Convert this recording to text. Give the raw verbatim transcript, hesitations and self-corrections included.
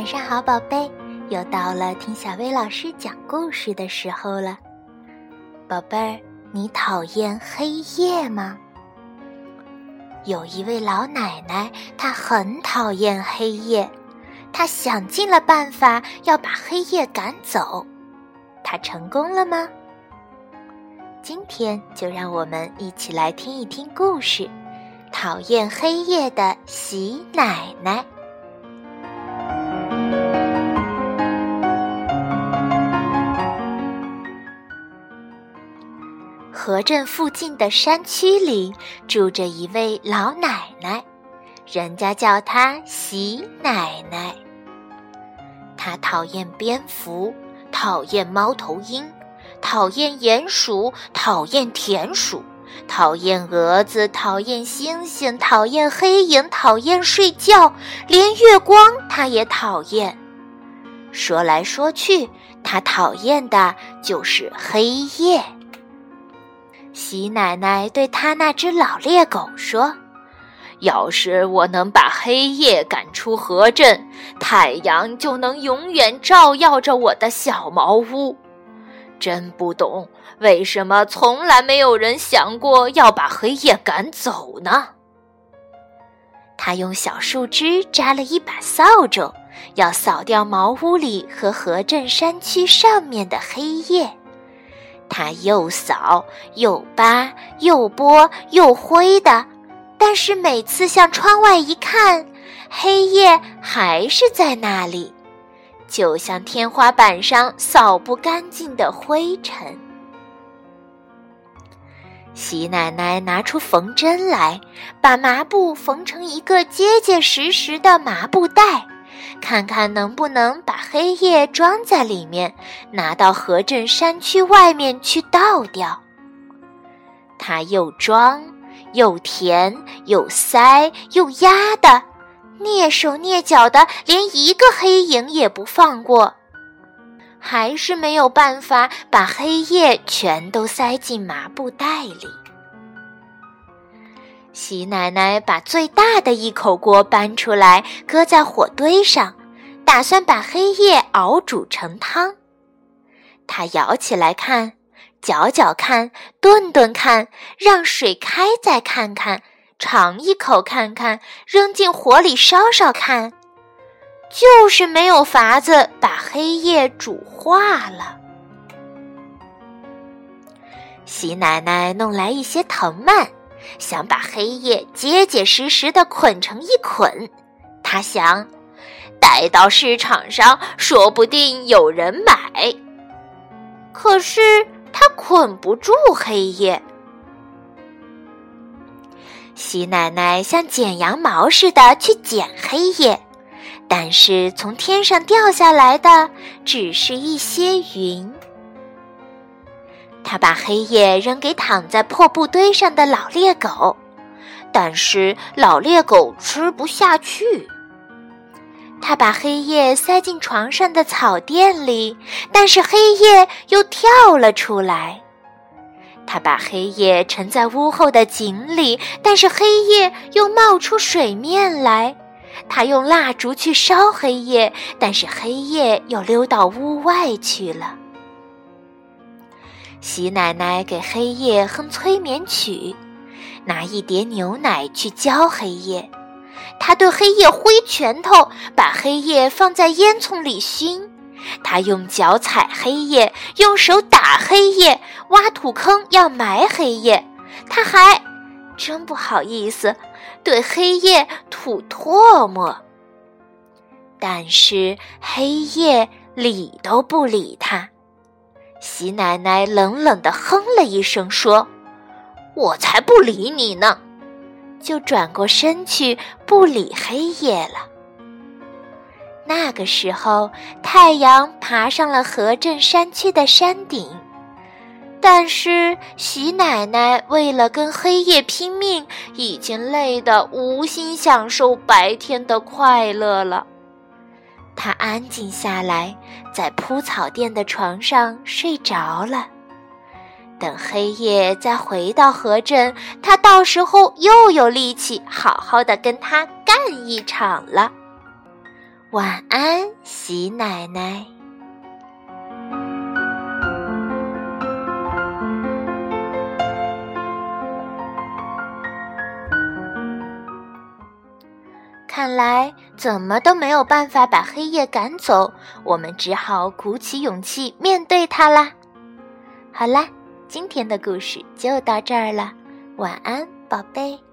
晚上好，宝贝，又到了听小薇老师讲故事的时候了。宝贝儿，你讨厌黑夜吗？有一位老奶奶，她很讨厌黑夜，她想尽了办法要把黑夜赶走。她成功了吗？今天就让我们一起来听一听故事，讨厌黑夜的喜奶奶。河镇附近的山区里住着一位老奶奶，人家叫她喜奶奶。她讨厌蝙蝠，讨厌猫头鹰，讨厌鼹鼠，讨厌田鼠，讨厌蛾子，讨厌星星，讨厌黑影，讨厌睡觉，连月光她也讨厌。说来说去，她讨厌的就是黑夜。喜奶奶对她那只老猎狗说，要是我能把黑夜赶出河镇，太阳就能永远照耀着我的小茅屋。真不懂，为什么从来没有人想过要把黑夜赶走呢？她用小树枝扎了一把扫帚，要扫掉茅屋里和河镇山区上面的黑夜。他又扫又扒又拨又挥的，但是每次向窗外一看，黑夜还是在那里，就像天花板上扫不干净的灰尘。喜奶奶拿出缝针来，把麻布缝成一个结结实实的麻布袋，看看能不能把黑夜装在里面，拿到河镇山区外面去倒掉。他又装又填又塞又压的，蹑手蹑脚的，连一个黑影也不放过，还是没有办法把黑夜全都塞进麻布袋里。喜奶奶把最大的一口锅搬出来，搁在火堆上，打算把黑夜熬煮成汤。她舀起来看，搅搅看，炖炖看，让水开再看看，尝一口看看，扔进火里烧烧看，就是没有法子把黑夜煮化了。喜奶奶弄来一些藤蔓，想把黑夜结结实实地捆成一捆。她想，带到市场上，说不定有人买。可是她捆不住黑夜。喜奶奶像剪羊毛似的去剪黑夜，但是从天上掉下来的只是一些云。她把黑夜扔给躺在破布堆上的老猎狗，但是老猎狗吃不下去。她把黑夜塞进床上的草垫里，但是黑夜又跳了出来。她把黑夜沉在屋后的井里，但是黑夜又冒出水面来。她用蜡烛去烧黑夜，但是黑夜又溜到屋外去了。喜奶奶给黑夜哼催眠曲，拿一碟牛奶去浇黑夜。她对黑夜挥拳头，把黑夜放在烟囱里熏。她用脚踩黑夜，用手打黑夜，挖土坑要埋黑夜。她还真不好意思对黑夜吐唾沫。但是黑夜理都不理她。喜奶奶冷冷地哼了一声，说，我才不理你呢，就转过身去不理黑夜了。那个时候，太阳爬上了河镇山区的山顶，但是喜奶奶为了跟黑夜拼命，已经累得无心享受白天的快乐了。她安静下来，在铺草垫的床上睡着了。等黑夜再回到河镇，她到时候又有力气好好的跟他干一场了。 晚安，喜奶奶。看来怎么都没有办法把黑夜赶走，我们只好鼓起勇气面对它啦。好啦，今天的故事就到这儿了，晚安，宝贝。